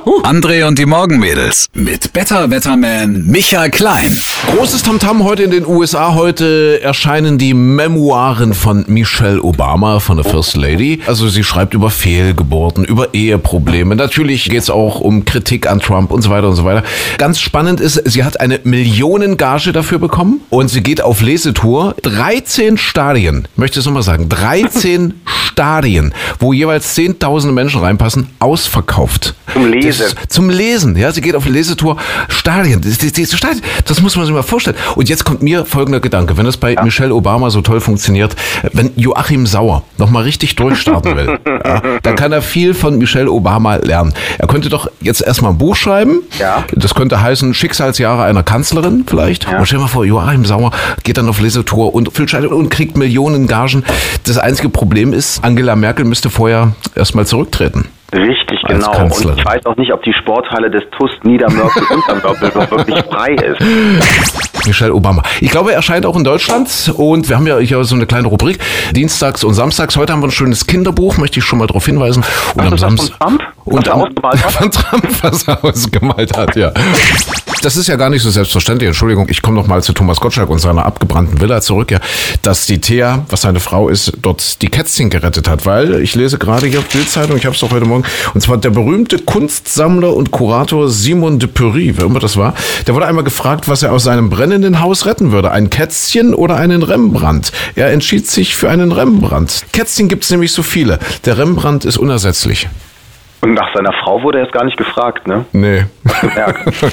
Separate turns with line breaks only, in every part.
André und die Morgenmädels mit Better Wetterman Michael Klein.
Großes Tamtam heute in den USA. Heute erscheinen die Memoiren von Michelle Obama, von der First Lady. Also sie schreibt über Fehlgeburten, über Eheprobleme. Natürlich geht es auch um Kritik an Trump und so weiter und so weiter. Ganz spannend ist, sie hat eine Millionengage dafür bekommen und sie geht auf Lesetour. 13 Stadien, ich möchte es nochmal sagen, 13 Stadien, wo jeweils 10.000 Menschen reinpassen, ausverkauft. Zum Lesen, ja, sie geht auf Lesetour. Stadien, das muss man sich mal vorstellen. Und jetzt kommt mir folgender Gedanke, wenn es bei Michelle Obama so toll funktioniert, wenn Joachim Sauer nochmal richtig durchstarten will, dann kann er viel von Michelle Obama lernen. Er könnte doch jetzt erstmal ein Buch schreiben, das könnte heißen Schicksalsjahre einer Kanzlerin vielleicht. Und stell dir mal vor, Joachim Sauer geht dann auf Lesetour und füllt Scheide und kriegt Millionen Gagen. Das einzige Problem ist, Angela Merkel müsste vorher erstmal zurücktreten.
Richtig, genau. Und ich weiß auch nicht, ob die Sporthalle des TuS Niedermörkel-Untermörkel noch wirklich frei ist.
Michelle Obama. Ich glaube, er erscheint auch in Deutschland und wir haben ja hier so eine kleine Rubrik, dienstags und samstags. Heute haben wir ein schönes Kinderbuch, möchte ich schon mal darauf hinweisen. Und am Samstag
von Trump,
was er ausgemalt hat, ja. Das ist ja gar nicht so selbstverständlich. Entschuldigung, ich komme noch mal zu Thomas Gottschalk und seiner abgebrannten Villa zurück, ja, dass die Thea, was seine Frau ist, dort die Kätzchen gerettet hat, weil ich lese gerade hier Bild-Zeitung, ich habe es doch heute Morgen, und zwar der berühmte Kunstsammler und Kurator Simon de Pury, wer immer das war, der wurde einmal gefragt, was er aus seinem brennenden Haus retten würde, ein Kätzchen oder einen Rembrandt. Er entschied sich für einen Rembrandt. Kätzchen gibt es nämlich so viele. Der Rembrandt ist unersetzlich.
Und nach seiner Frau wurde er jetzt gar nicht gefragt, ne?
Nee. Ja.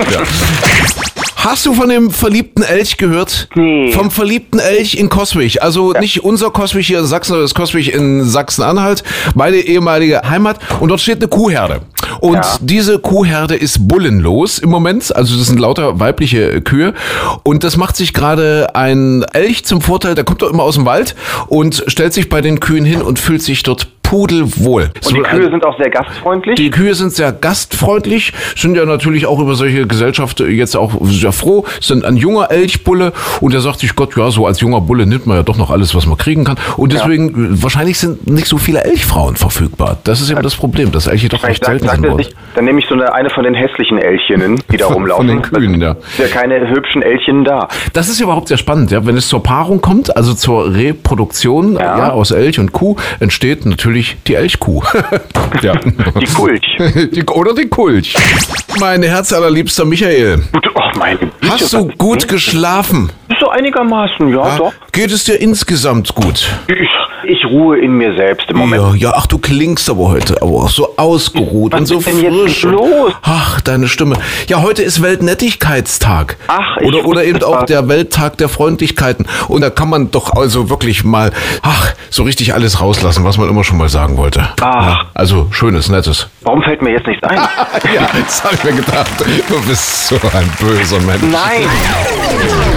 Hast du von dem verliebten Elch gehört?
Nee.
Vom verliebten Elch in Coswig. Also nicht unser Coswig hier in Sachsen, sondern das Coswig in Sachsen-Anhalt, meine ehemalige Heimat. Und dort steht eine Kuhherde. Und diese Kuhherde ist bullenlos im Moment. Also das sind lauter weibliche Kühe. Und das macht sich gerade ein Elch zum Vorteil. Der kommt doch immer aus dem Wald und stellt sich bei den Kühen hin und fühlt sich dort pudelwohl.
Und die Kühe sind auch sehr gastfreundlich?
Die Kühe sind sehr gastfreundlich, sind ja natürlich auch über solche Gesellschaft jetzt auch sehr froh, sind ein junger Elchbulle und der sagt sich, Gott, ja, so als junger Bulle nimmt man ja doch noch alles, was man kriegen kann. Und deswegen, wahrscheinlich sind nicht so viele Elchfrauen verfügbar. Das ist eben das Problem, dass Elche doch recht selten sind.
Dann nehme ich so eine von den hässlichen Elchinnen, die da rumlaufen.
Von den Kühen, ja.
Ja, keine hübschen Elchinnen da.
Das ist ja überhaupt sehr spannend, ja. Wenn es zur Paarung kommt, also zur Reproduktion aus Elch und Kuh, entsteht natürlich die Elchkuh. Ja.
Die Kulch.
Oder die Kulch. Mein herzallerliebster Michael. Hast du gut geschlafen?
So einigermaßen, ja, doch.
Geht es dir insgesamt gut?
Ich ruhe in mir selbst im Moment.
Ja, ach, du klingst aber heute auch so ausgeruht und so frisch.
Was ist denn jetzt los?
Ach, deine Stimme. Ja, heute ist Weltnettigkeitstag.
Ach,
oder eben auch der Welttag der Freundlichkeiten. Und da kann man doch also wirklich mal, so richtig alles rauslassen, was man immer schon mal sagen wollte. Ja, also Schönes, Nettes.
Warum fällt mir jetzt nichts ein?
Ja, das habe ich mir gedacht. Du bist so ein böser Mensch.
Nein.